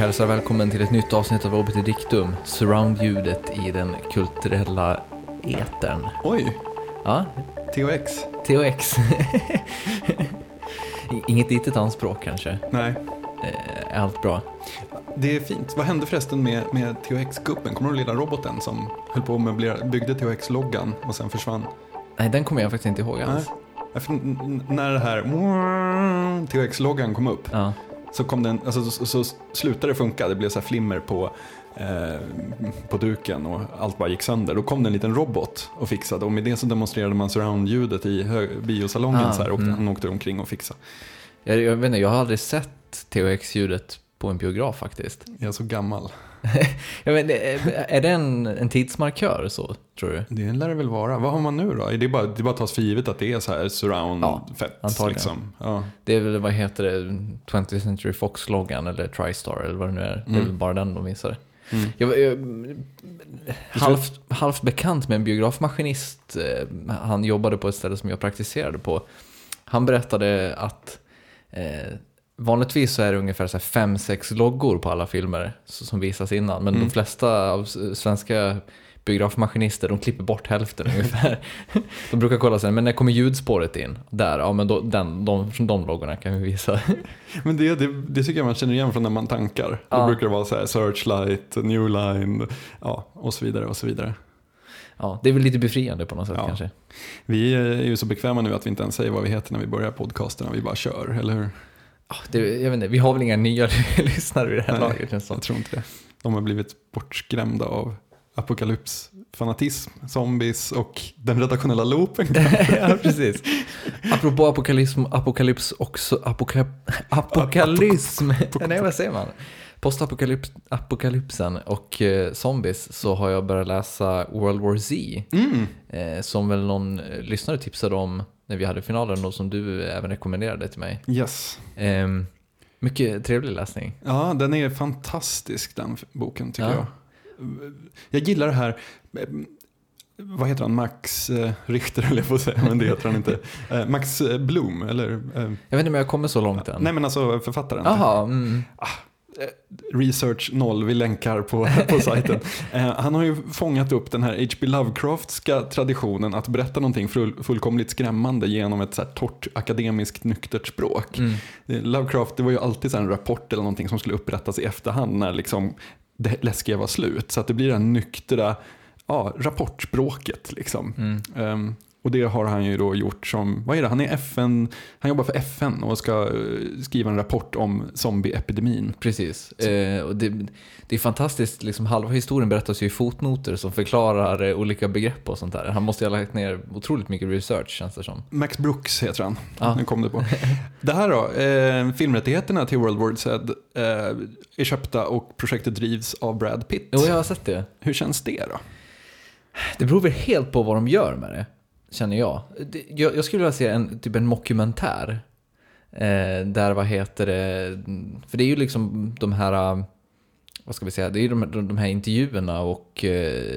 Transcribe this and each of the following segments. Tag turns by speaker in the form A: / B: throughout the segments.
A: hälsar välkommen till ett nytt avsnitt av Obiter Dictum, surround-ljudet i den kulturella etern.
B: Oj,
A: Ja,
B: THX.
A: THX. Inget litet anspråk kanske.
B: Nej,
A: Är allt bra?
B: det är fint. Vad hände förresten med THX-gubben? Kommer du ihåg lilla roboten som höll på med byggde THX-loggan och sen försvann?
A: Nej, den kommer jag faktiskt inte ihåg alls.
B: När det här THX-loggan kom upp,
A: Ja.
B: så kom den, alltså, så slutade det funka. Det blev så här flimmer på duken och allt bara gick sönder. Då kom det en liten robot och fixade, och med det så demonstrerade man surround-ljudet i biosalongen så här, och han åkte omkring och fixade.
A: Jag vet inte, jag har aldrig sett THX-ljudet på en biograf faktiskt.
B: Jag är så gammal.
A: Jag vet, är det en tidsmarkör så, tror du?
B: Det lär det väl vara. Vad har man nu då? Det är bara tas för givet att det är så här surround-fett.
A: Antagligen.
B: Liksom. Ja.
A: Det är väl, vad heter det, 20th Century Fox-loggan eller TriStar eller vad det nu är. Det är väl bara den de visar. Jag halvt bekant med en biografmaskinist. Han jobbade på ett ställe som jag praktiserade på. Han berättade att vanligtvis så är det ungefär 5-6 loggor på alla filmer som visas innan. Men de flesta av svenska biografmaskinister, de klipper bort hälften ungefär. De brukar kolla sen, men när kommer ljudspåret in? Där, ja men då, de loggorna kan vi visa.
B: Men det tycker jag man känner igen från när man tankar.
A: Ja.
B: Då brukar det vara så här Searchlight, Newline, ja, och så vidare och så vidare.
A: Ja, det är väl lite befriande på något sätt kanske.
B: Vi är ju så bekväma nu att vi inte ens säger vad vi heter när vi börjar podcasterna. Vi bara kör, eller hur?
A: Jag vet inte, vi har väl inga nya lyssnare i det här laget.
B: Jag tror inte det. De har blivit bortskrämda av apokalypsfanatism, zombies och den redaktionella loopen.
A: Ja, precis. Apropå apokalypsm. Nej, vad säger man? Postapokalypsen och zombies, så har jag börjat läsa World War Z. Som väl någon lyssnare tipsade om när vi hade finalen och som du även rekommenderade till mig.
B: Yes.
A: Mycket trevlig läsning.
B: Ja, den är fantastisk, den boken tycker jag. Jag gillar det här. Vad heter han? Max Richter, eller jag får säga, men det heter han inte. Max Blom, eller?
A: Jag vet inte om jag kommer så långt än.
B: Nej, men alltså författaren.
A: Jaha.
B: Research 0, vi länkar på sajten. Han har ju fångat upp den här H.P. Lovecraftska traditionen att berätta någonting fullkomligt skrämmande genom ett så här torrt akademiskt nyktert språk. Lovecraft, det var ju alltid så här en rapport eller någonting som skulle upprättas i efterhand när liksom det läskiga var slut. Så att det blir det här nyktra rapportspråket liksom. Och det har han ju då gjort som, vad är det? Han är FN, han jobbar för FN och ska skriva en rapport om zombieepidemin.
A: Precis. Och det är fantastiskt, liksom halva historien berättas ju i fotnoter som förklarar olika begrepp och sånt där. Han måste ju ha lagt ner otroligt mycket research, känns det som.
B: Max Brooks heter han. Nu kom det på. Det här då, filmrättigheterna till World War Z är köpta och projektet drivs av Brad Pitt.
A: Jo, jag har sett det.
B: Hur känns det då? Det
A: beror väl helt på vad de gör med det, känner jag. Jag skulle vilja se en mockumentär. Där, vad heter det? För det är ju liksom de här, vad ska vi säga? Det är ju de här intervjuerna och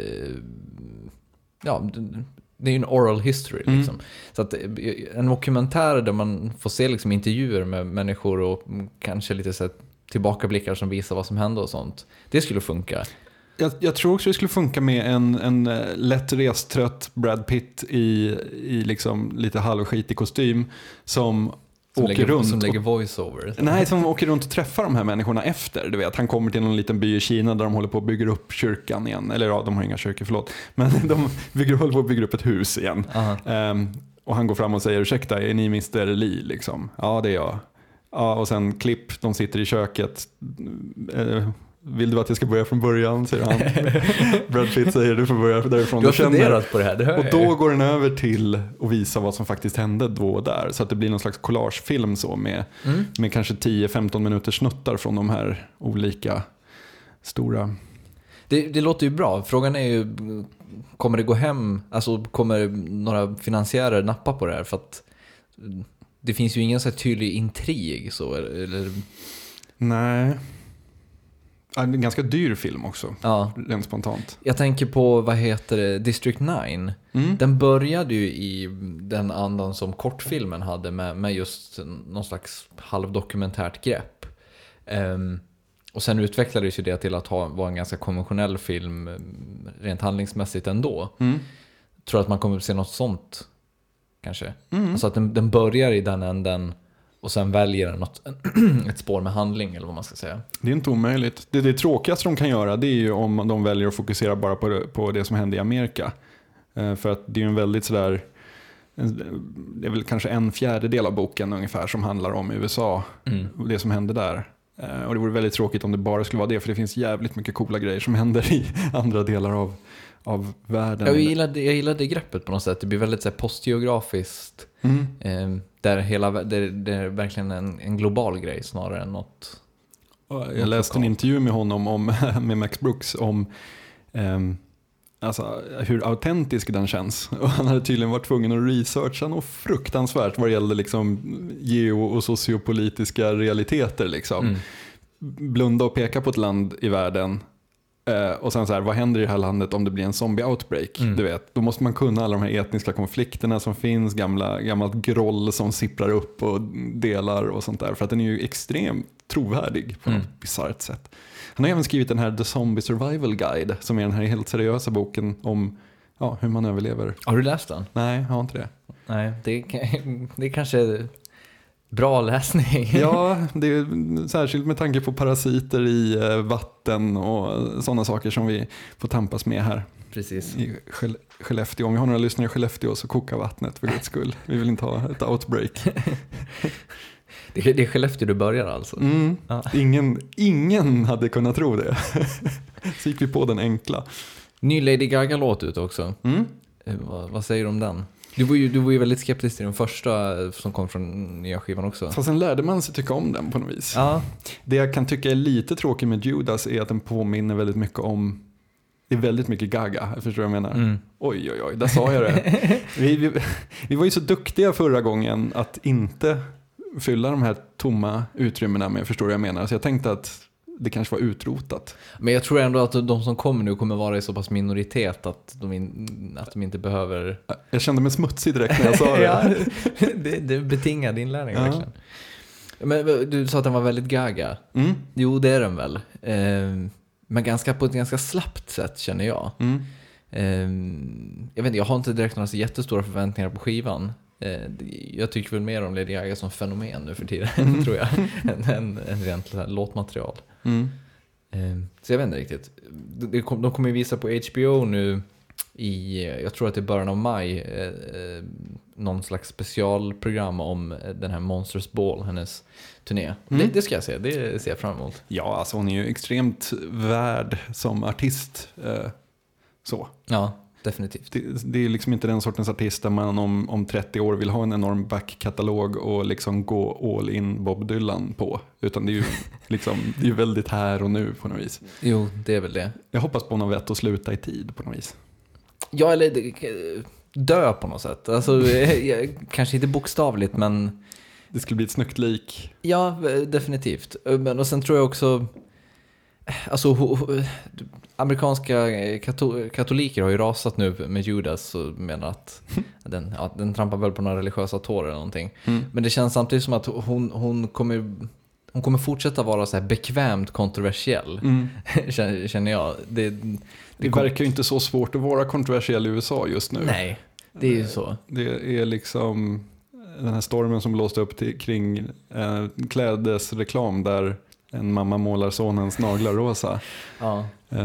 A: det är ju en oral history liksom. Så att en mockumentär där man får se liksom intervjuer med människor och kanske lite så här tillbakablickar som visar vad som hände och sånt. Det skulle funka.
B: Jag tror också det skulle funka med en lätt restrött Brad Pitt i liksom lite halvskitig kostym som åker runt.
A: Som lägger voiceover.
B: Nej, som åker runt och träffar de här människorna efter. Du vet, han kommer till någon liten by i Kina där de håller på att bygga upp kyrkan igen. Eller ja, de har inga kyrkor, förlåt. Men de håller på att bygga upp ett hus igen. Och han går fram och säger, ursäkta, är ni Mr. Lee? Liksom. Ja, det är jag. Ja, och sen klipp, de sitter i köket. Vill du att jag ska börja från början, säger han. Brad Pitt säger, du får börja därifrån.
A: Du har funderat på det här, det hör
B: och då går den över till att visa vad som faktiskt hände då och där. Så att det blir någon slags collagefilm så med kanske 10-15 minuters snuttar från de här olika stora.
A: Det låter ju bra. Frågan är ju, kommer det gå hem? Alltså kommer några finansiärer nappa på det här? För att det finns ju ingen så här tydlig intrig så, eller?
B: Nej. En ganska dyr film också, rent spontant.
A: Jag tänker på, vad heter det, District 9. Den började ju i den andan som kortfilmen hade med just någon slags halvdokumentärt grepp. Och sen utvecklades ju det till att vara en ganska konventionell film rent handlingsmässigt ändå. Tror att man kommer att se något sånt kanske. Alltså att den börjar i den änden och sen väljer den ett spår med handling eller vad man ska säga. Det
B: är inte omöjligt. Det tråkigaste de kan göra, det är ju om de väljer att fokusera bara på det som händer i Amerika. För att det är ju en väldigt sådär, det är väl kanske 1/4 av boken ungefär som handlar om USA och det som hände där. Och det vore väldigt tråkigt om det bara skulle vara det, för det finns jävligt mycket coola grejer som händer i andra delar av världen.
A: Jag gillade greppet på något sätt. Det blir väldigt så här, postgeografiskt. Där det är verkligen en global grej snarare än något.
B: Jag läste en intervju med honom med Max Brooks om alltså, hur autentisk den känns. Och han hade tydligen varit tvungen att researcha något fruktansvärt vad det gällde liksom geo- och sociopolitiska realiteter. Liksom. Blunda och peka på ett land i världen. Och sen så här, vad händer i det här landet om det blir en zombie-outbreak? Du vet, då måste man kunna alla de här etniska konflikterna som finns, gammalt groll som sipprar upp och delar och sånt där. För att den är ju extremt trovärdig på något bizarrt sätt. Han har även skrivit den här The Zombie Survival Guide, som är den här helt seriösa boken om hur man överlever.
A: Har du läst den?
B: Nej, jag har inte det.
A: Nej, det är kanske bra läsning.
B: Ja, det är särskilt med tanke på parasiter i vatten och sådana saker som vi får tampas med här.
A: Precis.
B: I Skellefteå. Om vi har några lyssnare i Skellefteå så kokar vattnet för guds skull. Vi vill inte ha ett outbreak.
A: Det är Skellefteå du börjar alltså?
B: Ja. Ingen hade kunnat tro det. Så gick vi på den enkla.
A: Ny Lady Gaga-låt ut också. Vad säger du om den? Du var ju väldigt skeptisk till den första som kom från nya skivan också.
B: Fast sen lärde man sig tycka om den på något vis.
A: Ja.
B: Det jag kan tycka är lite tråkigt med Judas är att den påminner väldigt mycket om... Det är väldigt mycket Gaga, jag förstår vad jag menar. Oj, där sa jag det. Vi var ju så duktiga förra gången att inte fylla de här tomma utrymmena med, förstår vad jag menar. Så jag tänkte att det kanske var utrotat.
A: Men jag tror ändå att de som kommer nu kommer vara i så pass minoritet att de inte behöver...
B: Jag kände mig smutsig direkt när jag sa det.
A: Ja, det betingade inlärning verkligen. Men du sa att den var väldigt Gaga. Jo, det är den väl. Men på ett ganska slappt sätt känner jag. Jag vet inte, jag har inte direkt några så jättestora förväntningar på skivan. Jag tycker väl mer om Lady Gaga som fenomen nu för tiden, tror jag, än rent låtmaterial. Så jag vet inte riktigt. De kommer ju visa på HBO nu jag tror att det är början av maj, någon slags specialprogram om den här Monsters Ball, hennes turné. Det ska jag se, det ser jag fram emot.
B: Ja, alltså hon är ju extremt värd som artist. Så.
A: Ja, definitivt.
B: Det är liksom inte den sortens artist där man om 30 år vill ha en enorm backkatalog och liksom gå all in Bob Dylan på. Utan det är ju liksom, det är väldigt här och nu på något vis.
A: Jo, det är väl det.
B: Jag hoppas på något vett att sluta i tid på något vis.
A: Ja, eller dö på något sätt. Alltså, kanske inte bokstavligt, men...
B: Det skulle bli ett snyggt lik.
A: Ja, definitivt. Och sen tror jag också... Alltså, amerikanska katoliker har ju rasat nu med Judas och menar att den trampar väl på några religiösa tår eller någonting. Men det känns samtidigt som att hon kommer fortsätta vara så här bekvämt kontroversiell, känner jag.
B: Det verkar ju inte så svårt att vara kontroversiell i USA just nu.
A: Nej, det är ju så.
B: Det är liksom den här stormen som blåste upp kring klädesreklam där en mamma målar sonens naglar rosa.
A: Ja.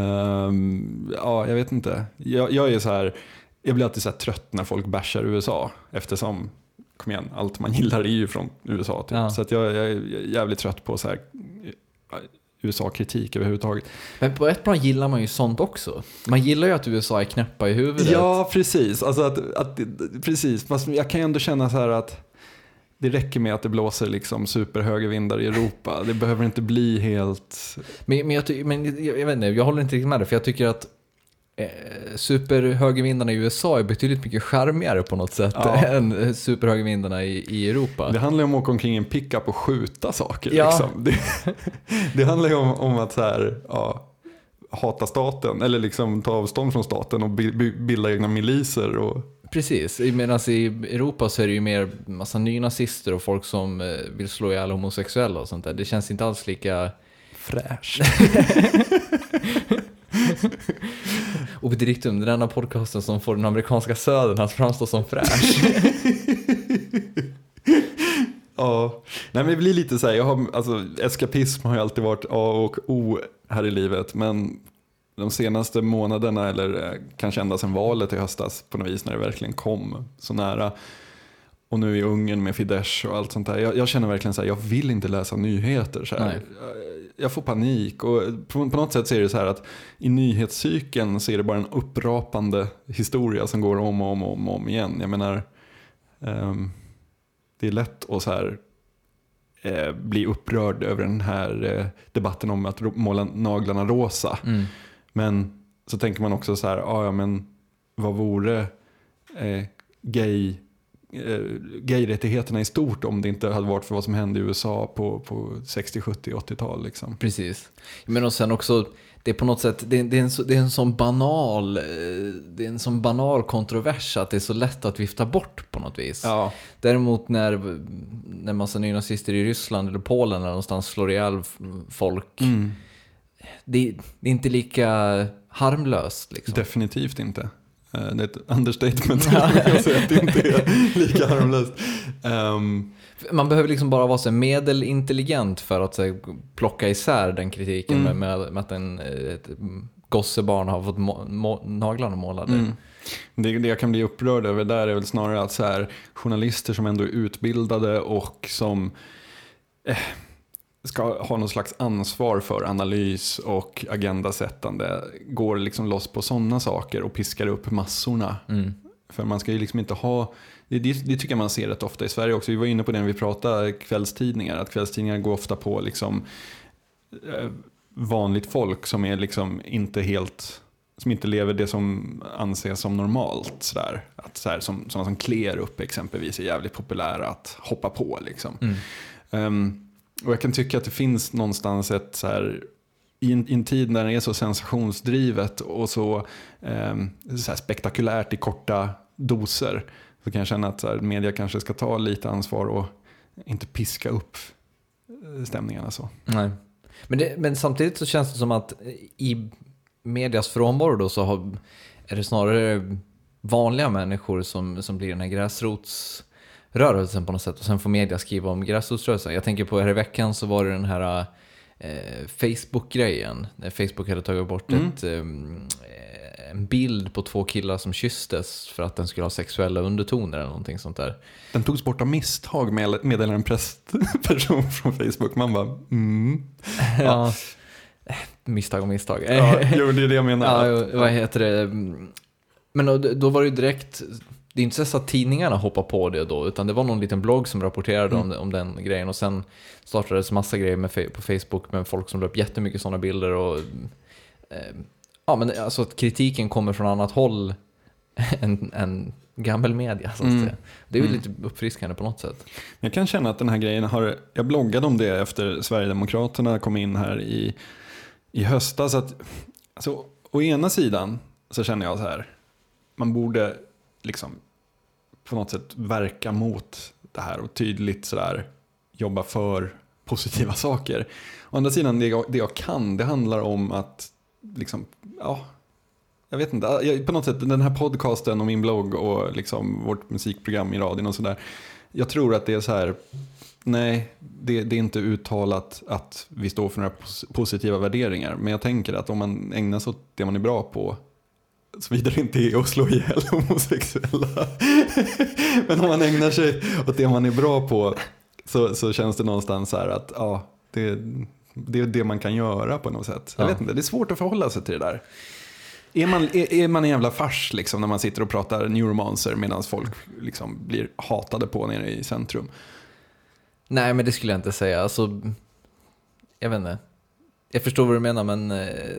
B: Jag vet inte. Jag är så här, jag blir alltid så här trött när folk bashar USA, eftersom, kom igen, allt man gillar är ju från USA typ. Ja. Så att jag är jävligt trött på så här USA-kritik överhuvudtaget.
A: Men på ett plan gillar man ju sånt också. Man gillar ju att USA är knäppa i huvudet.
B: Ja, precis. Alltså precis. Fast jag kan ju ändå känna så här att det räcker med att det blåser liksom superhöga vindar i Europa. Det behöver inte bli helt...
A: Men jag vet inte, jag håller inte riktigt med det. För jag tycker att superhögervindarna i USA är betydligt mycket charmigare på något sätt än superhögervindarna i Europa.
B: Det handlar ju om att åka omkring en pickup och skjuta saker. Ja. Liksom. Det handlar ju om att så här, hata staten eller liksom ta avstånd från staten och bilda egna miliser och...
A: Precis, medan i Europa så är det ju mer massa nynazister och folk som vill slå ihjäl homosexuella och sånt där. Det känns inte alls lika
B: fräsch.
A: Obedictum, den enda podcasten som får den amerikanska södern att framstå som fräsch.
B: Ja, nej men det blir lite så här, eskapism har ju alltid varit A och O här i livet, men de senaste månaderna, eller kanske ända sedan valet i höstas på något vis, när det verkligen kom så nära, och nu i Ungern med Fidesz och allt sånt där, jag känner verkligen så här, jag vill inte läsa nyheter så här. Jag får panik, och på något sätt så är det så här att i nyhetscykeln så är det bara en upprapande historia som går om igen. Jag menar, det är lätt att så här, bli upprörd över den här debatten om att måla naglarna rosa. Men så tänker man också så här, men vad vore gayrättigheterna i stort om det inte hade varit för vad som hände i USA på 60, 70, 80-tal liksom.
A: Precis. Men och sen också, det är på något sätt, det är en sån banal kontrovers att det är så lätt att vifta bort på något vis.
B: Ja.
A: Däremot när massa nynazister i Ryssland eller Polen eller någonstans slår ihjäl folk, det är inte lika harmlöst liksom.
B: Definitivt inte. Det är ett understatement att säga att det inte är lika harmlöst.
A: Man behöver liksom bara vara så medelintelligent för att så, plocka isär den kritiken med att ett gossebarn har fått naglarna målade.
B: Det jag kan bli upprörd över där är väl snarare att så här, journalister som ändå är utbildade och som ska ha någon slags ansvar för analys och agendasättande går liksom loss på sådana saker och piskar upp massorna. För man ska ju liksom inte ha, det tycker jag man ser rätt ofta i Sverige också. Vi var inne på det när vi pratade kvällstidningar, att kvällstidningar går ofta på liksom vanligt folk som är liksom inte helt, som inte lever det som anses som normalt sådär. Att så här, som klär upp exempelvis är jävligt populära att hoppa på liksom. Och jag kan tycka att det finns någonstans ett så här, i en tid när det är så sensationsdrivet och så här spektakulärt i korta doser, så kan jag känna att så här, media kanske ska ta lite ansvar och inte piska upp stämningarna så. Nej.
A: Men samtidigt så känns det som att i medias frånvaro då så är det snarare vanliga människor som blir den här gräsrotsrörelsen på något sätt, och sen får media skriva om gräsrotsrörelsen. Jag tänker på här i veckan så var det den här Facebook-grejen. När Facebook hade tagit bort en bild på 2 killar som kysstes för att den skulle ha sexuella undertoner eller någonting sånt där.
B: Den togs bort av misstag, meddelar en pressperson från Facebook. Man bara,
A: Ja. Misstag.
B: Ja, jo, det är det jag menar.
A: Ja, vad heter det? Men då var det ju direkt, det är inte så att tidningarna hoppar på det då, utan det var någon liten blogg som rapporterade om den grejen, och sen startades massa grejer på Facebook med folk som la upp jättemycket sådana bilder, och men alltså att kritiken kommer från annat håll än gammal media så att säga. Det är ju lite uppfriskande på något sätt.
B: Jag kan känna att den här grejen jag bloggade om det efter Sverigedemokraterna kom in här i höstas, att alltså, å ena sidan så känner jag så här, man borde liksom på något sätt verka mot det här och tydligt så där jobba för positiva saker. Å andra sidan, det jag kan, det handlar om att liksom, jag vet inte, på något sätt den här podcasten och min blogg och liksom vårt musikprogram i radion och sådär, jag tror att det är så här, nej, det är inte uttalat att vi står för några positiva värderingar, men jag tänker att om man ägnar sig åt det man är bra på, såvida inte är att slå ihjäl homosexuella, men om man ägnar sig åt det man är bra på, så känns det någonstans så här att det är det man kan göra på något sätt. Jag vet inte, det är svårt att förhålla sig till det där. Är man en jävla fars liksom, när man sitter och pratar neuromancer medan folk liksom blir hatade på nere i centrum?
A: Nej, men det skulle jag inte säga. Alltså, jag vet inte. Jag förstår vad du menar, men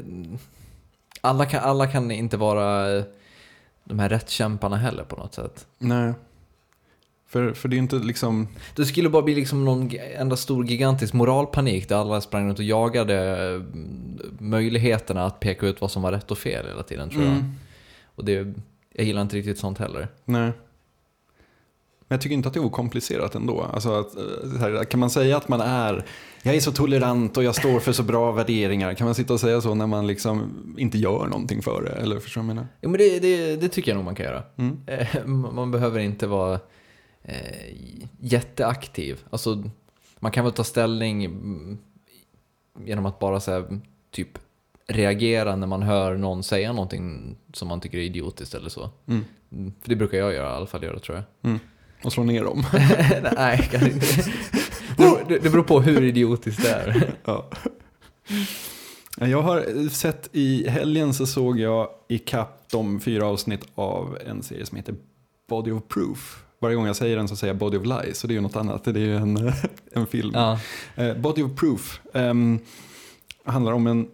A: alla kan inte vara de här rättskämparna heller på något sätt.
B: Nej. För det är inte liksom...
A: Det skulle bara bli liksom någon enda stor gigantisk moralpanik där alla sprang runt och jagade möjligheterna att peka ut vad som var rätt och fel hela tiden, tror jag. Och jag gillar inte riktigt sånt heller.
B: Nej. jag tycker inte att det är okomplicerat ändå. Alltså att, så här, kan man säga att jag är så tolerant och jag står för så bra värderingar? Kan man sitta och säga så när man liksom inte gör någonting för det? Eller förstår du vad jag menar?
A: Ja, men det tycker jag nog man kan göra. Man behöver inte vara jätteaktiv. Alltså, man kan väl ta ställning genom att bara så här, typ reagera när man hör någon säga någonting som man tycker är idiotiskt eller så. För det brukar jag göra, i alla fall göra, tror jag.
B: Och slå ner dem.
A: Nej, kanske inte. Det beror på hur idiotiskt det är.
B: Ja. Jag har sett i helgen så såg jag i kapp de 4 avsnitt av en serie som heter Body of Proof. Varje gång jag säger den så säger jag Body of Lies, så det är ju något annat. Det är ju en film. Ja. Body of Proof handlar om en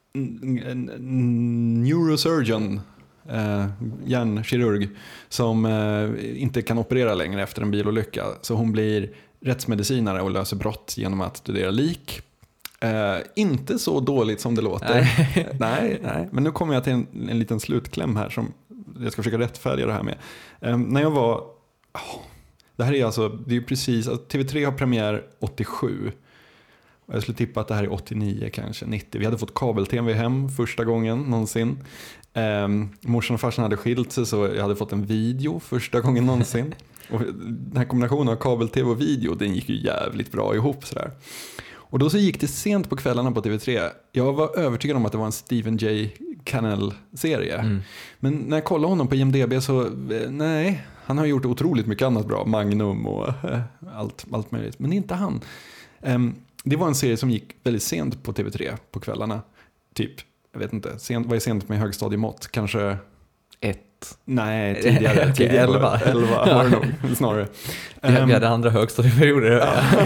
B: neurosurgeon, hjärnkirurg, som inte kan operera längre efter en bilolycka. Så hon blir rättsmedicinare och löser brott genom att studera lik. Inte så dåligt som det låter. Nej. Men nu kommer jag till en liten slutkläm här som jag ska försöka rättfärdiga det här med. När jag var... det här är alltså... Det är precis... Alltså, TV3 har premiär 87. Och jag skulle tippa att det här är 89, kanske 90. Vi hade fått kabel-tv hem första gången någonsin. Morsan och farsan hade skilt sig, så jag hade fått en video första gången någonsin. Och den här kombinationen av kabel-tv och video, den gick ju jävligt bra ihop sådär. Och då så gick det sent på kvällarna på TV3. Jag var övertygad om att det var en Stephen J. Cannell-serie. Men när jag kollade honom på IMDb så, nej, han har gjort otroligt mycket annat bra. Magnum och allt möjligt. Men inte han. Det var en serie som gick väldigt sent på TV3 på kvällarna. Typ, jag vet inte, vad är sent med högstadiemått? Kanske... 1. Nej, tidigare. 11 var det nog, snarare.
A: Vi hade andra högstadieperioder.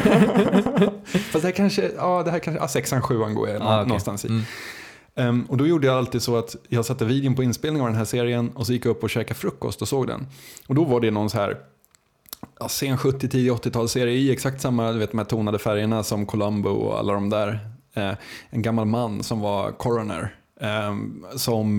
B: Fast det här kanske 6an, 7an går jag någonstans i. Och då gjorde jag alltid så att jag satte videon på inspelning av den här serien och så gick jag upp och käkade frukost och såg den. Och då var det någon så här sen 70, 10, 80-talsserie i exakt samma, du vet, de här tonade färgerna som Columbo och alla de där. En gammal man som var coroner som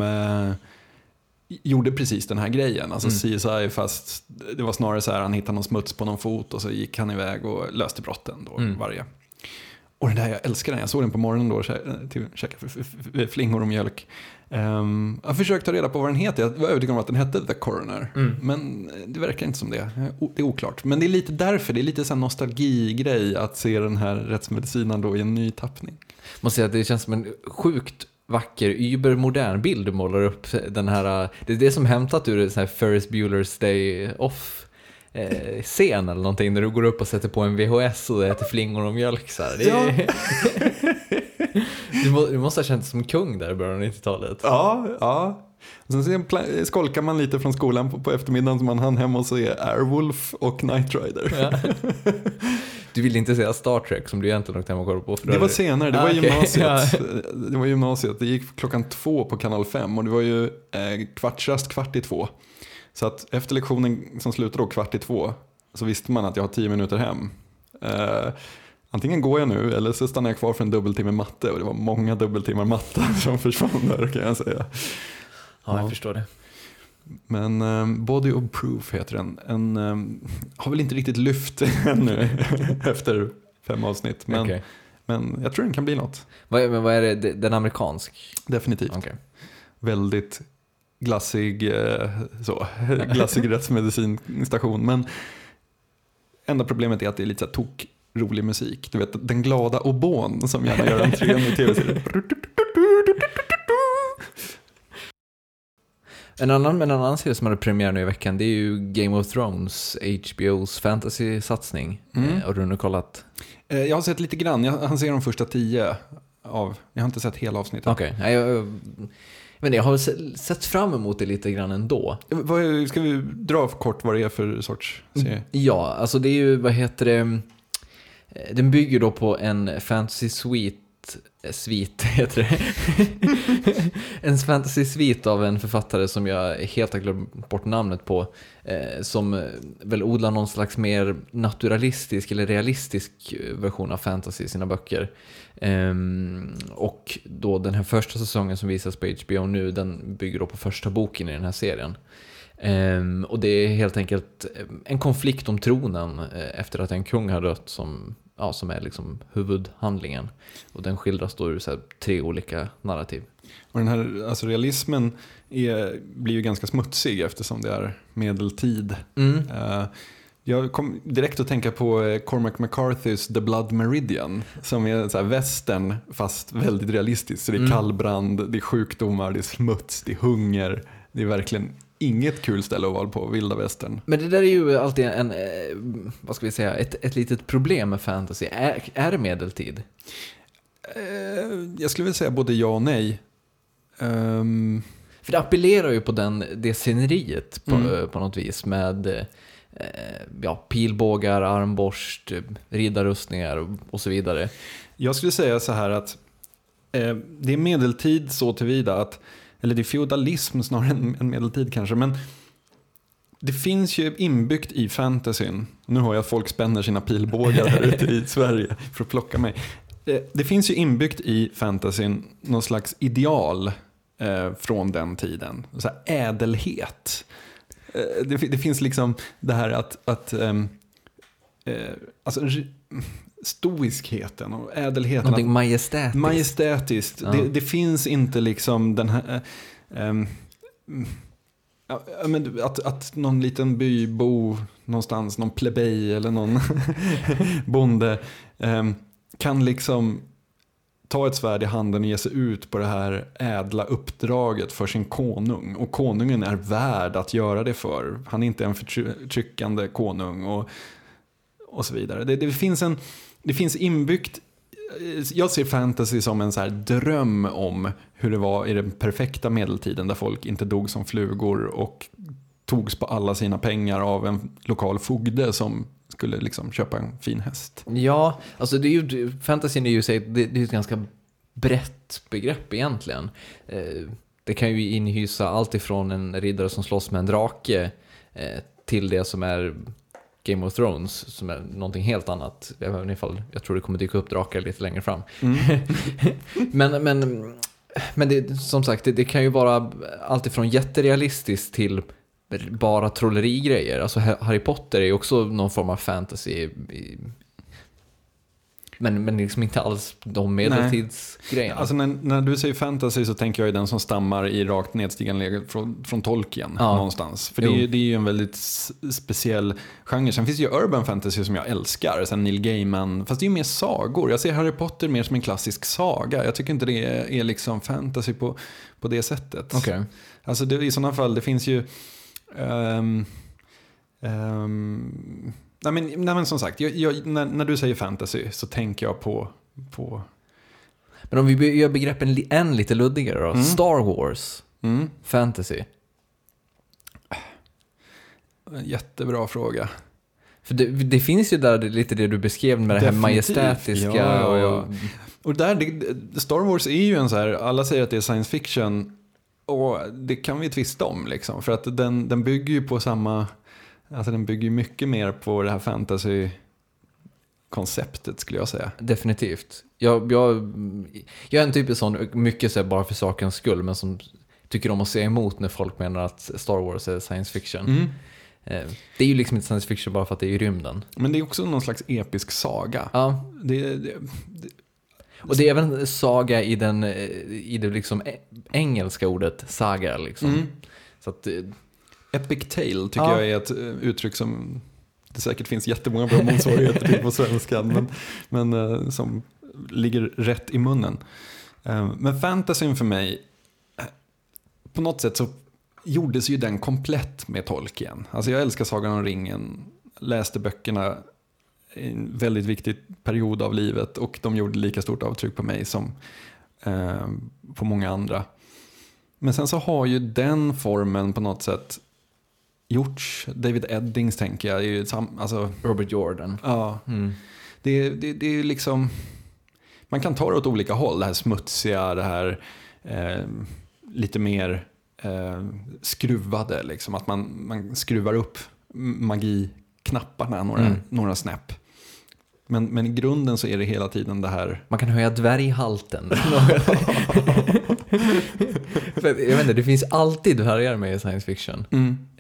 B: gjorde precis den här grejen. Alltså CSI, fast det var snarare så här, han hittade någon smuts på någon fot och så gick han iväg och löste brotten då varje. Och den där, jag älskar den. Jag såg den på morgonen då till käka flingor och mjölk. Jag försökte ta reda på vad den heter. Jag var övertygad om att den hette The Coroner. Men det verkar inte som det. Det är oklart. Men det är lite därför. Det är lite så här nostalgigrej att se den här rättsmedicinen då i en ny tappning.
A: Måste säga att det känns som en sjukt vacker, übermodern bild du målar upp. Den här, det är det som hämtat ur så här Ferris Bueller's Day Off scen eller någonting, när du går upp och sätter på en VHS och äter flingor och mjölk så här. Du måste ha känt som kung där i början av 90-talet.
B: Ja. Sen skolkar man lite från skolan på eftermiddagen som man hann hem och se Airwolf och Knight Rider. Ja.
A: Du ville inte säga Star Trek som du egentligen åkte hem och kollade på.
B: Det var senare, det var gymnasiet. Det var gymnasiet, det gick 2:00 på kanal 5 och det var ju kvartsrast 1:45. Så att efter lektionen som slutade då 1:45 så visste man att jag har 10 minuter hem. Antingen går jag nu eller så stannar jag kvar för en dubbeltimme matte. Och det var många dubbeltimmar matte som försvann där, kan jag säga.
A: Ja, jag förstår det.
B: Men Body of Proof heter den. Har väl inte riktigt lyft ännu efter 5 avsnitt. Men, men jag tror den kan bli något.
A: Vad är det? Den amerikansk?
B: Definitivt. Okay. Väldigt glassig rättsmedicinstation. Men enda problemet är att det är lite så här rolig musik. Du vet, den glada obon som gärna gör entrén i tv-serien.
A: En annan serie som hade premiär nu i veckan, det är ju Game of Thrones, HBOs fantasy-satsning. Har du nu kollat?
B: Jag har sett lite grann. Han ser de första 10 av. Jag har inte sett hela avsnittet.
A: Okej. Men jag har sett fram emot det lite grann ändå.
B: Ska vi dra kort vad det är för sorts serie?
A: Ja, alltså det är ju, den bygger då på en fantasy suite heter det. En fantasy suite av en författare som jag helt har glömt bort namnet på, som väl odlar någon slags mer naturalistisk eller realistisk version av fantasy i sina böcker. Och då den här första säsongen som visas på HBO nu, den bygger då på första boken i den här serien. Och det är helt enkelt en konflikt om tronen efter att en kung har dött som är liksom huvudhandlingen. Och den skildras då ur så här 3 olika narrativ.
B: Och den här alltså realismen blir ju ganska smutsig eftersom det är medeltid. Jag kom direkt att tänka på Cormac McCarthys The Blood Meridian, som är så här western fast väldigt realistiskt. Så det är kallbrand, det är sjukdomar, det är smuts, det är hunger. Det är verkligen inget kul ställe att vara på, vilda västern.
A: Men det där är ju alltid vad ska vi säga, ett litet problem med fantasy. Är det medeltid?
B: Jag skulle vilja säga både ja och nej.
A: För det appellerar ju på det sceneriet på något vis med pilbågar, armborst, riddarrustningar och så vidare.
B: Jag skulle säga så här att det är medeltid så tillvida att, eller det är feudalism snarare än medeltid kanske, men det finns ju inbyggt i fantasyn. Nu har jag att folk spänner sina pilbågar här ute i Sverige för att plocka mig. Det finns ju inbyggt i fantasyn någon slags ideal från den tiden. Så här, ädelhet. Det finns liksom det här att alltså stoiskheten och ädelheten.
A: Någonting majestätiskt.
B: Majestätiskt. Ja. Det finns inte liksom den här att någon liten bybo någonstans, någon plebej eller någon bonde kan liksom ta ett svärd i handen och ge sig ut på det här ädla uppdraget för sin konung. Och konungen är värd att göra det för. Han är inte en förtryckande konung och så vidare. Det finns inbyggt. Jag ser fantasy som en så här dröm om hur det var i den perfekta medeltiden där folk inte dog som flugor och togs på alla sina pengar av en lokal fogde som skulle liksom köpa en fin häst.
A: Ja, alltså fantasyn är ju det är ett ganska brett begrepp egentligen. Det kan ju inhysa allt ifrån en riddare som slåss med en drake till det som är Game of Thrones, som är någonting helt annat. Jag tror det kommer dyka upp drakar lite längre fram. Men det, som sagt, det kan ju vara allt ifrån jätterealistiskt till bara trollerigrejer. Alltså Harry Potter är ju också någon form av fantasy. Men liksom inte alls de medeltidsgrejerna.
B: Alltså när du säger fantasy så tänker jag i den som stammar i rakt nedstigande läge från Tolkien någonstans. För det är ju en väldigt speciell genre. Sen finns det ju urban fantasy som jag älskar. Sen Neil Gaiman. Fast det är ju mer sagor. Jag ser Harry Potter mer som en klassisk saga. Jag tycker inte det är liksom fantasy på det sättet.
A: Okay.
B: Alltså i sådana fall, det finns ju Nej men som sagt, när du säger fantasy så tänker jag på...
A: Men om vi gör begreppen än lite luddigare då. Star Wars, fantasy.
B: Jättebra fråga.
A: För det finns ju där lite det du beskrev med det här majestätiska.
B: Ja. Och Star Wars är ju en så här, alla säger att det är science fiction och det kan vi tvista om liksom. För att den bygger ju på samma... Alltså den bygger mycket mer på det här fantasy-konceptet skulle jag säga.
A: Definitivt. Jag är en typ av sån, mycket så bara för sakens skull, men som tycker om att se emot när folk menar att Star Wars är science fiction. Det är ju liksom inte science fiction bara för att det är i rymden.
B: Men det är också någon slags episk saga.
A: Ja. Och det är även saga i det liksom engelska ordet saga liksom. Så att...
B: Epic tale tycker jag är ett uttryck som det säkert finns jättemånga bra motsvarigheter till på svenskan, men som ligger rätt i munnen. Men fantasyn för mig, på något sätt så gjordes ju den komplett med Tolkien. Alltså jag älskar Sagan om ringen, läste böckerna i en väldigt viktig period av livet och de gjorde lika stort avtryck på mig som på många andra. Men sen så har ju den formen på något sätt gjorts. David Eddings tänker jag. Alltså,
A: Robert Jordan.
B: Ja. Det är liksom... Man kan ta det åt olika håll. Det här smutsiga, det här lite mer skruvade. Liksom. Att man skruvar upp magiknapparna några snäpp. Men i grunden så är det hela tiden det här...
A: Man kan höja dvärghalten. Jag vet inte, det finns alltid dvärgar med i science fiction.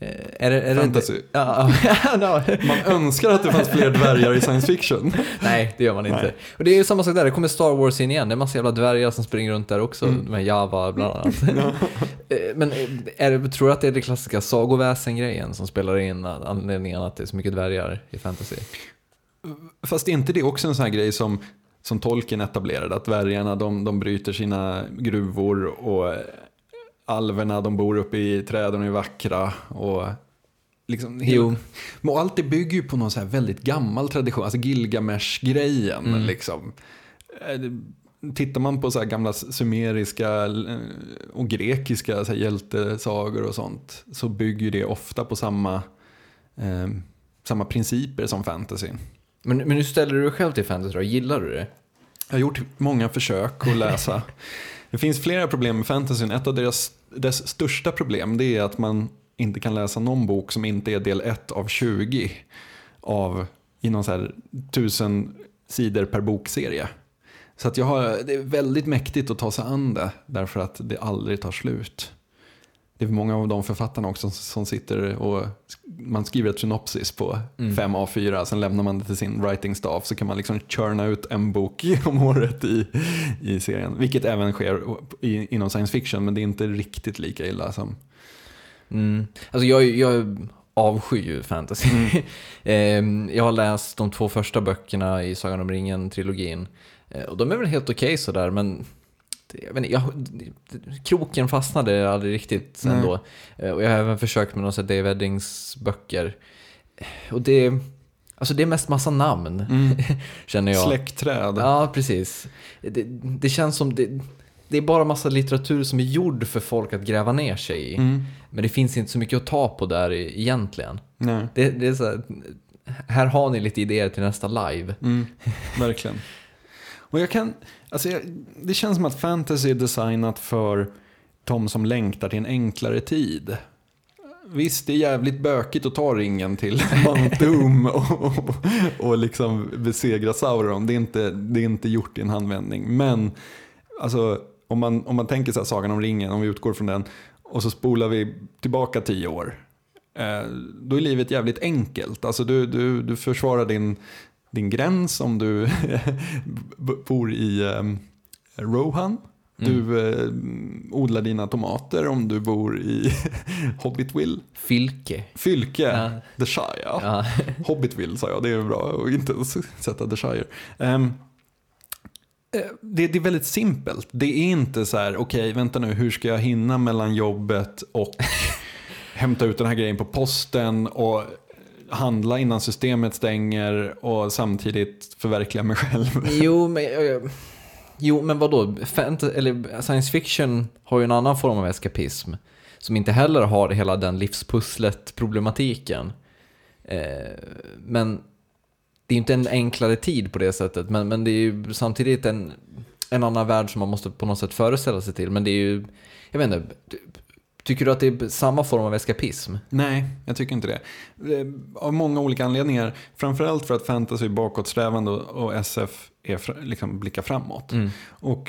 A: Är det
B: fantasy.
A: Inte? Ja.
B: Man önskar att det fanns fler dvärgar i science fiction.
A: Nej, det gör man inte.
B: Nej.
A: Och det är ju samma sak där, det kommer Star Wars in igen. Det är en massa jävla dvärgar som springer runt där också, med Java bland annat. Men tror du att det är det klassiska sagoväsen-grejen som spelar in anledningen att det är så mycket dvärgar i fantasy?
B: Fast är inte det också en sån här grej som Tolkien etablerade, att dvärgarna de bryter sina gruvor och alverna de bor uppe i träden och är vackra och liksom och allt det bygger ju på någon så här väldigt gammal tradition, alltså Gilgamesh-grejen liksom. Tittar man på så här gamla sumeriska och grekiska så här hjältesagor och sånt, så bygger det ofta på samma principer som fantasy.
A: Men hur ställer du dig själv till fantasy då? Gillar du det?
B: Jag har gjort många försök att läsa. Det finns flera problem med fantasyn. Ett av dess största problem, det är att man inte kan läsa någon bok som inte är del 1 av 20 i någon så här 1000 sidor per bokserie. Så att det är väldigt mäktigt att ta sig an det, därför att det aldrig tar slut. Det är många av de författarna också som sitter och man skriver ett synopsis på 5 A4, sen lämnar man det till sin writing staff, så kan man liksom churna ut en bok om året i serien. Vilket även sker inom science fiction, men det är inte riktigt lika illa som...
A: Alltså jag avskyr ju fantasy. Jag har läst de 2 första böckerna i Sagan om ringen-trilogin. Och de är väl helt okej sådär, men... kroken fastnade aldrig riktigt ändå. Och jag har även försökt med några Dave Eddings böcker. Och det är mest massa namn, känner jag.
B: Släktträd.
A: Ja, precis. Det känns som det är bara massa litteratur som är gjord för folk att gräva ner sig i. Men det finns inte så mycket att ta på där egentligen. Nej. Det är så här har ni lite idéer till nästa live.
B: Verkligen. Och det känns som att fantasy är designat för de som längtar till en enklare tid. Visst, det är jävligt bökigt att ta ringen till Mount Doom och liksom besegra Sauron. Det är inte gjort i en handvändning. Men alltså, om man tänker så här, Sagan om ringen, om vi utgår från den och så spolar vi tillbaka 10 år, då är livet jävligt enkelt. Alltså du försvarar din gräns om du bor i Rohan. Du odlar dina tomater om du bor i Hobbitville.
A: Fylke.
B: Ja. The Shire. Ja. Hobbitville sa jag, det är bra att inte sätta The Shire. Det är väldigt simpelt. Det är inte så här, okej, vänta nu, hur ska jag hinna mellan jobbet och hämta ut den här grejen på posten och handla innan systemet stänger och samtidigt förverkliga mig själv.
A: Jo, men vadå? Science fiction har ju en annan form av eskapism som inte heller har hela den livspusslet-problematiken. Men det är inte en enklare tid på det sättet. Men det är ju samtidigt en annan värld som man måste på något sätt föreställa sig till. Men det är ju, jag vet inte... Tycker du att det är samma form av eskapism?
B: Nej, jag tycker inte det. Av många olika anledningar. Framförallt för att fantasy är bakåtsträvande och SF är liksom blickar framåt. Och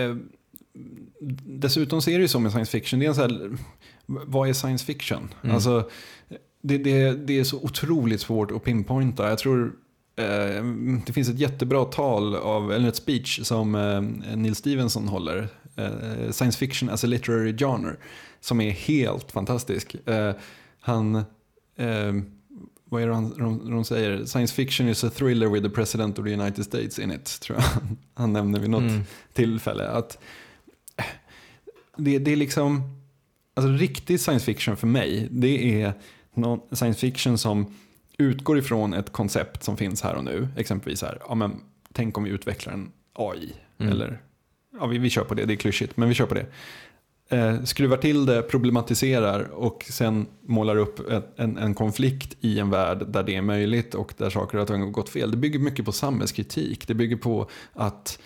B: dessutom ser det ju som med science fiction. Det är en så här, vad är science fiction? Alltså, det är så otroligt svårt att pinpointa. Jag tror det finns ett jättebra tal eller ett speech som Neil Stevenson håller. Science fiction as a literary genre, som är helt fantastisk. Vad är det de säger? Science fiction is a thriller with the president of the United States in it, tror jag. Han nämner vid något tillfälle att det är liksom, alltså riktig science fiction för mig, det är någon science fiction som utgår ifrån ett koncept som finns här och nu. Exempelvis här, ja, men tänk om vi utvecklar en AI eller ja, vi kör på det, det är klyschigt, men vi kör på det. Skruvar till det, problematiserar och sen målar upp en konflikt i en värld där det är möjligt och där saker har gått fel. Det bygger mycket på samhällskritik. Det bygger på att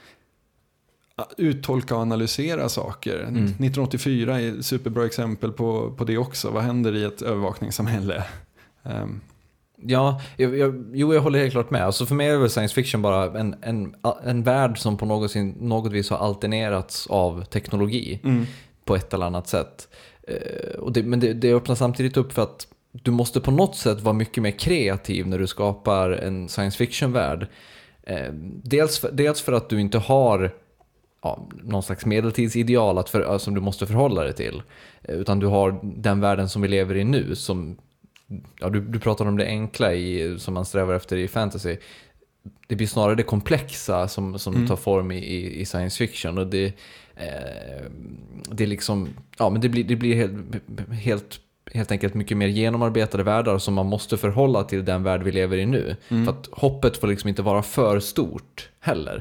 B: uttolka och analysera saker. 1984 är ett superbra exempel på det också. Vad händer i ett övervakningssamhälle?
A: Ja, jag håller helt klart med. Alltså för mig är väl science fiction bara en värld som på något vis har alternerats av teknologi på ett eller annat sätt. Men det öppnar samtidigt upp för att du måste på något sätt vara mycket mer kreativ när du skapar en science fiction-värld. Dels för att du inte har någon slags medeltidsideal som du måste förhålla dig till. Utan du har den världen som vi lever i nu. Som, du pratar om det enkla som man strävar efter i fantasy. Det blir snarare det komplexa som tar form i science fiction. Och det är liksom, men det blir helt enkelt mycket mer genomarbetade världar som man måste förhålla till den värld vi lever i nu. För att hoppet får liksom inte vara för stort heller.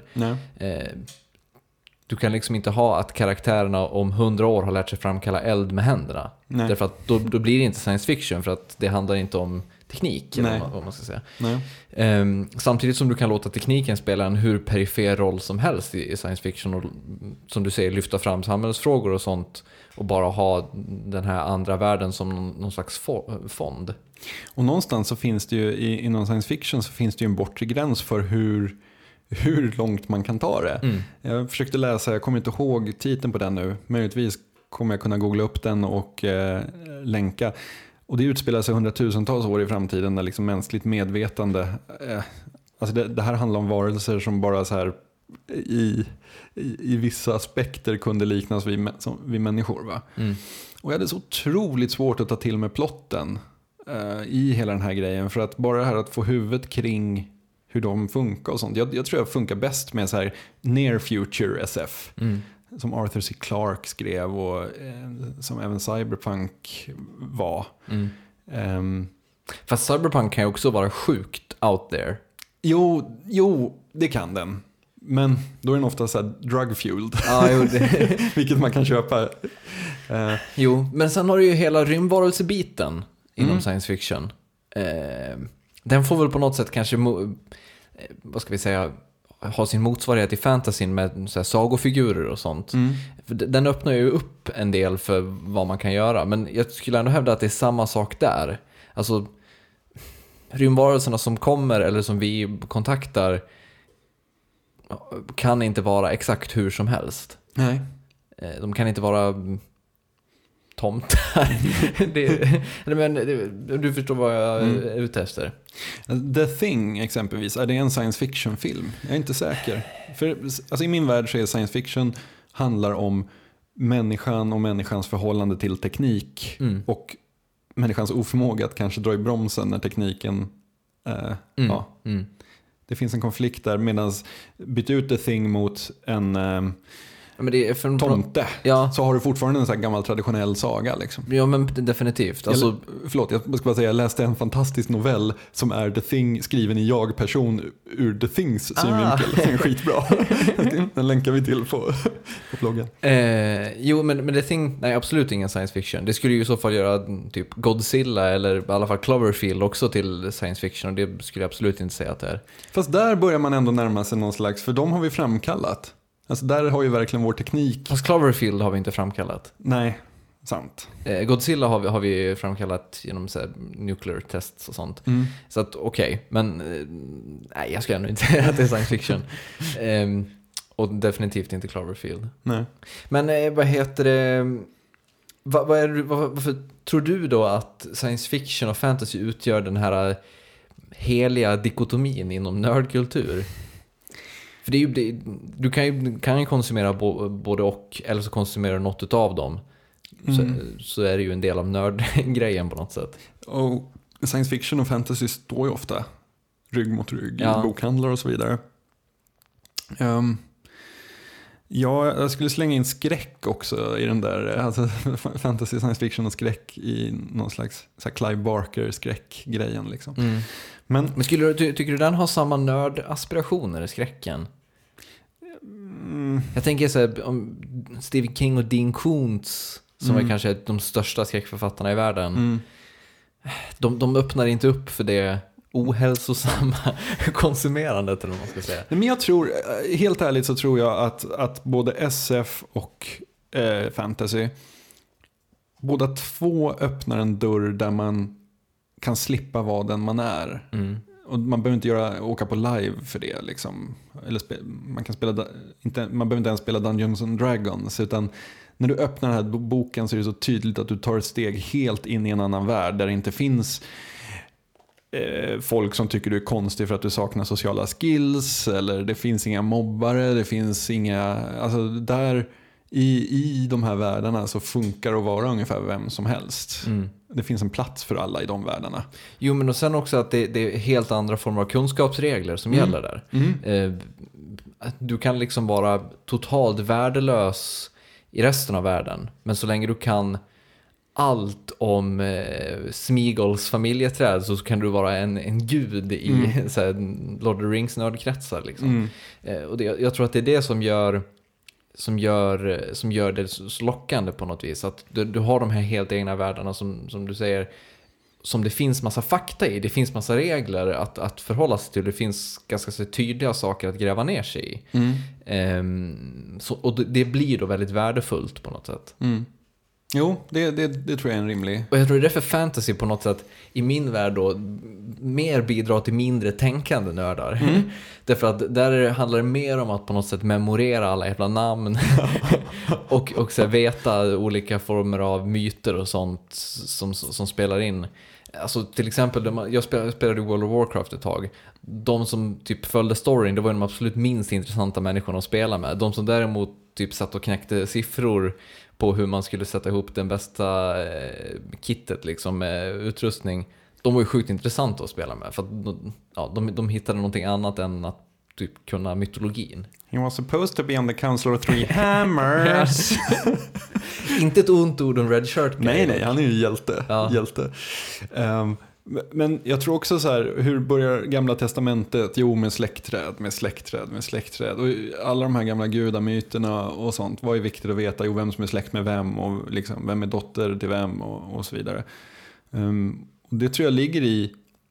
A: Du kan liksom inte ha att karaktärerna om 100 år har lärt sig framkalla eld med händerna. Därför att då blir det inte science fiction, för att det handlar inte om teknik, eller vad man ska säga. Samtidigt som du kan låta tekniken spela en hur perifer roll som helst i science fiction, och som du säger, lyfta fram samhällsfrågor och sånt, och bara ha den här andra världen som någon slags fond.
B: Och någonstans så finns det ju inom science fiction så finns det ju en bortre gräns för hur långt man kan ta det. Jag försökte läsa, jag kommer inte ihåg titeln på den nu, möjligtvis kommer jag kunna googla upp den och länka. Och det utspelar sig hundratusentals år i framtiden, där liksom mänskligt medvetande, alltså det här handlar om varelser som bara så här i vissa aspekter kunde liknas vid människor, va? Och jag hade så otroligt svårt att ta till med plotten i hela den här grejen, för att bara det här att få huvudet kring hur de funkar och sånt. Jag tror jag funkar bäst med så här near future SF. Som Arthur C. Clarke skrev, och som även Cyberpunk var.
A: Fast Cyberpunk kan ju också vara sjukt out there.
B: Jo, det kan den. Men då är den ofta så här drug-fueled. Vilket man kan köpa.
A: Jo, men sen har du ju hela rymdvarelsebiten inom science fiction. Den får väl på något sätt kanske, vad ska vi säga, ha sin motsvarighet i fantasyn med så här sagofigurer och sånt. Den öppnar ju upp en del för vad man kan göra. Men jag skulle ändå hävda att det är samma sak där. Alltså, rymdvarelserna som kommer eller som vi kontaktar kan inte vara exakt hur som helst.
B: Nej.
A: De kan inte vara tomtar. Du förstår vad jag är ute efter.
B: The Thing exempelvis, är det en science fiction-film? Jag är inte säker. För alltså, i min värld så är science fiction handlar om människan och människans förhållande till teknik. Och människans oförmåga att kanske dra i bromsen när tekniken det finns en konflikt där, medan byta ut The Thing mot en
A: men det är
B: tomte, så har du fortfarande en sån här gammal traditionell saga liksom.
A: Ja, men definitivt. Alltså,
B: förlåt, jag ska bara säga, jag läste en fantastisk novell som är The Thing, skriven i jag-person ur The Things synvinkel. Det är skitbra. Den länkar vi till på bloggen.
A: Jo, men The Thing, nej, absolut ingen science fiction. Det skulle ju i så fall göra typ Godzilla eller i alla fall Cloverfield också till science fiction, och det skulle jag absolut inte säga att det är.
B: Fast där börjar man ändå närma sig någon slags, för de har vi framkallat. Alltså där har ju verkligen vår teknik.
A: Fast Cloverfield har vi inte framkallat.
B: Nej, sant.
A: Godzilla har vi framkallat genom så här nuclear tests och sånt. Så att okej, men nej, jag ska ändå inte säga att det är science fiction. Och definitivt inte Cloverfield.
B: Nej.
A: Men vad heter det? Varför tror du då att science fiction och fantasy utgör den här heliga dikotomin inom nördkultur? För det är ju, du kan ju konsumera både och, eller så konsumerar du något utav dem. Så är det ju en del av nördgrejen på något sätt.
B: Och science fiction och fantasy står ju ofta rygg mot rygg i bokhandlar och så vidare. Jag skulle slänga in skräck också i den där, alltså fantasy, science fiction och skräck i någon slags så här Clive Barker-skräckgrejen liksom. Men
A: tycker du den har samma nördaspirationer i skräcken? Jag tänker så här, om Stephen King och Dean Koontz, som är kanske de största skräckförfattarna i världen. De öppnar inte upp för det ohälsosamma konsumerandet, eller vad man ska säga.
B: Men jag tror, helt ärligt så tror jag att både SF och fantasy, båda två öppnar en dörr där man kan slippa vara den man är. Och man behöver inte åka på live för det liksom. Eller man behöver inte ens spela Dungeons and Dragons, utan när du öppnar den här boken så är det så tydligt att du tar ett steg helt in i en annan värld där det inte finns folk som tycker du är konstig för att du saknar sociala skills, eller det finns inga mobbare, det finns inga, alltså där i de här världarna så funkar det att vara ungefär vem som helst. Det finns en plats för alla i de världarna.
A: Jo, men och sen också att det är helt andra former av kunskapsregler som gäller där. Du kan liksom vara totalt värdelös i resten av världen, men så länge du kan allt om Smeagol's familjeträd så kan du vara en gud i så här, Lord of the Rings nördkretsar liksom. Och jag tror att det är det som gör det så lockande på något vis, att du har de här helt egna världarna som du säger, som det finns massa fakta i, det finns massa regler att förhålla sig till, det finns ganska så tydliga saker att gräva ner sig i. Och det blir då väldigt värdefullt på något sätt.
B: Jo, det tror jag är en rimlig.
A: Och jag tror det är därför fantasy på något sätt i min värld då mer bidrar till mindre tänkande nördar. Därför att där handlar det mer om att på något sätt memorera alla jävla namn och så veta olika former av myter och sånt som spelar in. Alltså till exempel, jag spelade World of Warcraft ett tag. De som typ följde storyn, det var de absolut minst intressanta människorna att spela med. De som däremot typ satt och knäckte siffror på hur man skulle sätta ihop den bästa kittet liksom, med utrustning, de var ju sjukt intressanta att spela med, för att de hittade någonting annat än att typ kunna mytologin.
B: He was supposed to be on the Council of Three Hammers.
A: Inte ett ont ord om Red Shirt.
B: Nej, han är ju hjälte. Men jag tror också så här, hur börjar Gamla testamentet? Jo, med släktträd. Och alla de här gamla gudamyterna och sånt, vad är viktigt att veta? Jo, vem som är släkt med vem och liksom, vem är dotter till vem och så vidare. Och det tror jag ligger i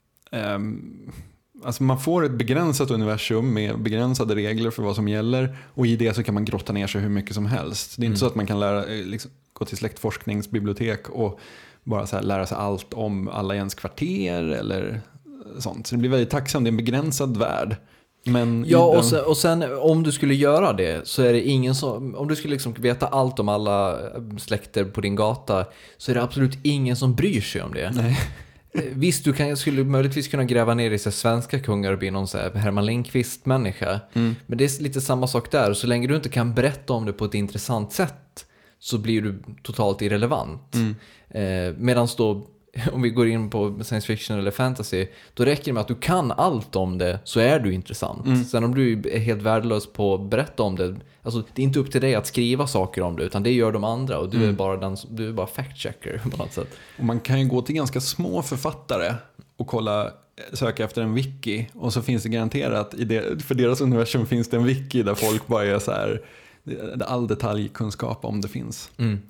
B: alltså man får ett begränsat universum med begränsade regler för vad som gäller, och i det så kan man grotta ner sig hur mycket som helst. Det är inte så att man kan gå till släktforskningsbibliotek och bara så här lära sig allt om alla i ens kvarter eller sånt. Så det blir väldigt tacksamt, det är en begränsad värld. Men
A: ja, och sen om du skulle göra det så är det ingen som, om du skulle liksom veta allt om alla släkter på din gata, så är det absolut ingen som bryr sig om det.
B: Nej.
A: Visst, skulle möjligtvis kunna gräva ner i sig svenska kungar och bli någon så här Herman Lindqvist-människa. Men det är lite samma sak där. Så länge du inte kan berätta om det på ett intressant sätt så blir du totalt irrelevant. Medan då, om vi går in på science fiction eller fantasy, då räcker det med att du kan allt om det, så är du intressant. Sen om du är helt värdelös på att berätta om det, alltså det är inte upp till dig att skriva saker om det, utan det gör de andra, och du är bara fact-checker på något sätt.
B: Och man kan ju gå till ganska små författare och söka efter en wiki, och så finns det garanterat för deras universum finns det en wiki där folk bara är så här, all detaljkunskap om det finns.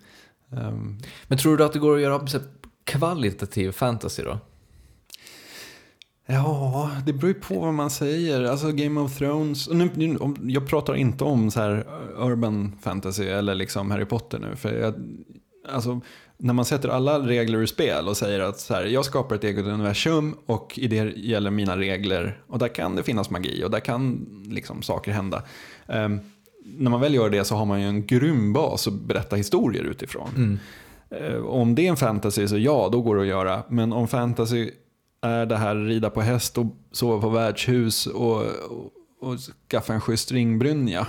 A: Men tror du att det går att göra så kvalitativ fantasy då?
B: Ja, det beror ju på vad man säger. Alltså Game of Thrones, jag pratar inte om så här urban fantasy eller liksom Harry Potter nu, för alltså när man sätter alla regler ur spel och säger att så här, jag skapar ett eget universum och i det gäller mina regler, och där kan det finnas magi och där kan liksom saker hända. När man väl gör det så har man ju en grym bas att berätta historier utifrån. Om det är en fantasy så ja, då går det att göra. Men om fantasy är det här rida på häst och sova på värdshus och skaffa en schysst ringbrynja.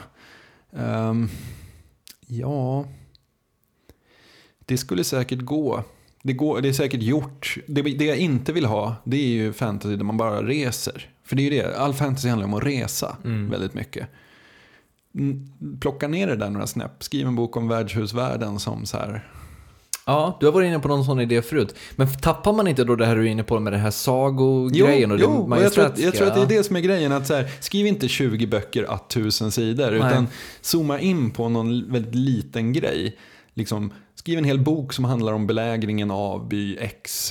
B: Ja, det skulle säkert gå. Det är säkert gjort. Det jag inte vill ha, det är ju fantasy där man bara reser. För det är ju det, all fantasy handlar om att resa väldigt mycket. Plocka ner det där några snäpp. Skriv en bok om värdshusvärlden som så här.
A: Ja, du har varit inne på någon sån idé förut. Men tappar man inte då det här du är inne på med det här sagogrejen?
B: Jo, jag tror att det är det som är grejen. Att så här, skriv inte 20 böcker à 1000 sidor. Nej. Utan zooma in på någon väldigt liten grej. Liksom, skriv en hel bok som handlar om belägringen av by X.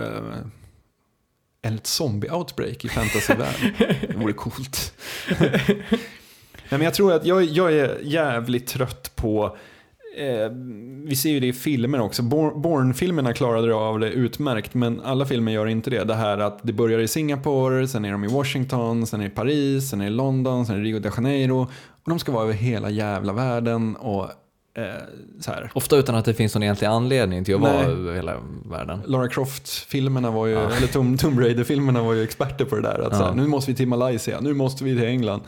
B: Eller ett zombie-outbreak i fantasyvärlden. Det vore coolt. Nej, men jag tror att jag är jävligt trött på... vi ser ju det i filmer också. Bourne-filmerna klarade av det utmärkt, men alla filmer gör inte det. Det här att det börjar i Singapore, sen är de i Washington, sen är det Paris, sen är det London, sen är det Rio de Janeiro. Och de ska vara över hela jävla världen. Och så här.
A: Ofta utan att det finns någon egentlig anledning till att vara över hela världen.
B: Lara Croft-filmerna var ju, eller Tomb Raider-filmerna var ju experter på det där. Att så här, nu måste vi till Malaysia, nu måste vi till England.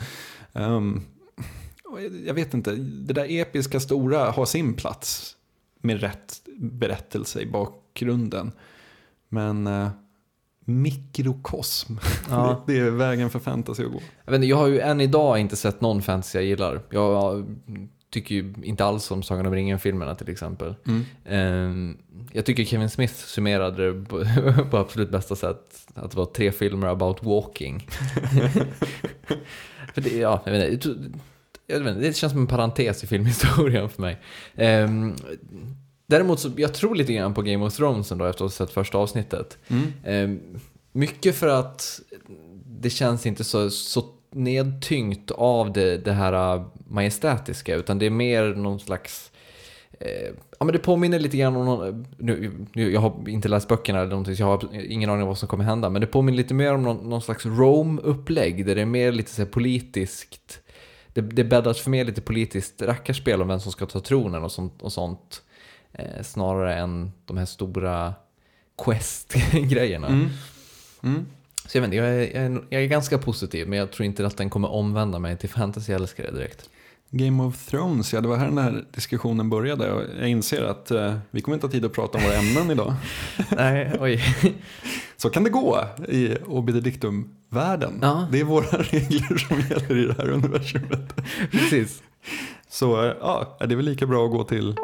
B: Jag vet inte, det där episka stora har sin plats med rätt berättelse i bakgrunden. Men mikrokosm, det är vägen för fantasy att gå.
A: Jag har ju än idag inte sett någon fantasy jag gillar. Jag tycker ju inte alls om Sagan om ringen-filmerna till exempel. Jag tycker Kevin Smith summerade det på absolut bästa sätt. Att det var 3 filmer about walking. För det, jag vet inte, det känns som en parentes i filmhistorien för mig. Däremot så, jag tror lite grann på Game of Thrones ändå efter att ha sett första avsnittet. Mycket för att det känns inte så nedtyngt av det här majestätiska, utan det är mer någon slags men det påminner lite grann om jag har inte läst böckerna eller någonting, så jag har ingen aning om vad som kommer hända, men det påminner lite mer om någon slags Rome-upplägg där det är mer lite så här politiskt, det bäddas för mer lite politiskt rackarspel om vem som ska ta tronen och sånt snarare än de här stora quest-grejerna. Så jag vet inte, jag är ganska positiv, men jag tror inte att den kommer omvända mig till fantasy-älskare direkt.
B: Game of Thrones, det var här den här diskussionen började, och jag inser att vi kommer inte ha tid att prata om våra ämnen idag.
A: Nej, oj.
B: Så kan det gå i Obedictum-världen. Ja. Det är våra regler som gäller i det här universumet.
A: Precis.
B: Så det är väl lika bra att gå till...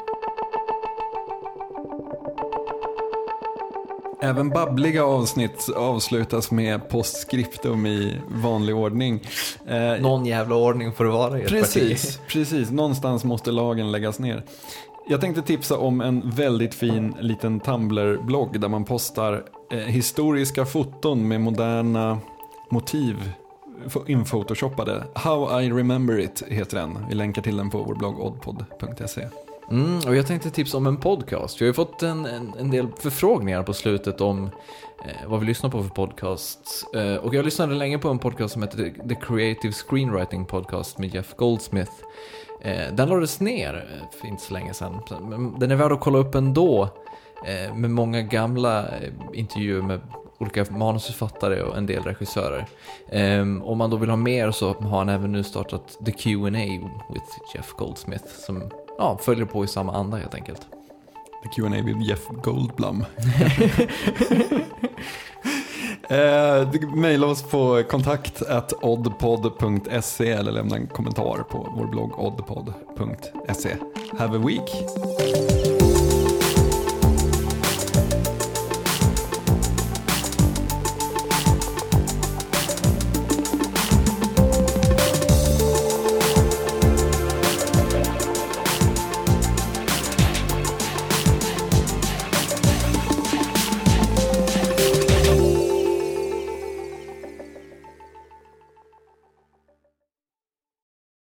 B: Även babbliga avsnitt avslutas med postskriptum i vanlig ordning.
A: Någon jävla ordning får det vara i ett
B: precis. Någonstans måste lagen läggas ner. Jag tänkte tipsa om en väldigt fin liten Tumblr-blogg där man postar historiska foton med moderna motiv infotoshoppade. How I Remember It heter den. Vi länkar till den på vår blogg oddpod.se.
A: Och jag tänkte tipsa om en podcast. Jag har ju fått en del förfrågningar på slutet om vad vi lyssnar på för podcasts. Och jag lyssnade länge på en podcast som heter The Creative Screenwriting Podcast med Jeff Goldsmith. Den lades ner för inte så länge sedan. Men den är värd att kolla upp ändå, med många gamla intervjuer med olika manusförfattare och en del regissörer. Om man då vill ha mer så har han även nu startat The Q&A with Jeff Goldsmith som följer på i samma anda helt enkelt.
B: The Q&A with Jeff Goldblum. Maila oss på kontakt@oddpod.se eller lämna en kommentar på vår blogg oddpod.se. Have a week!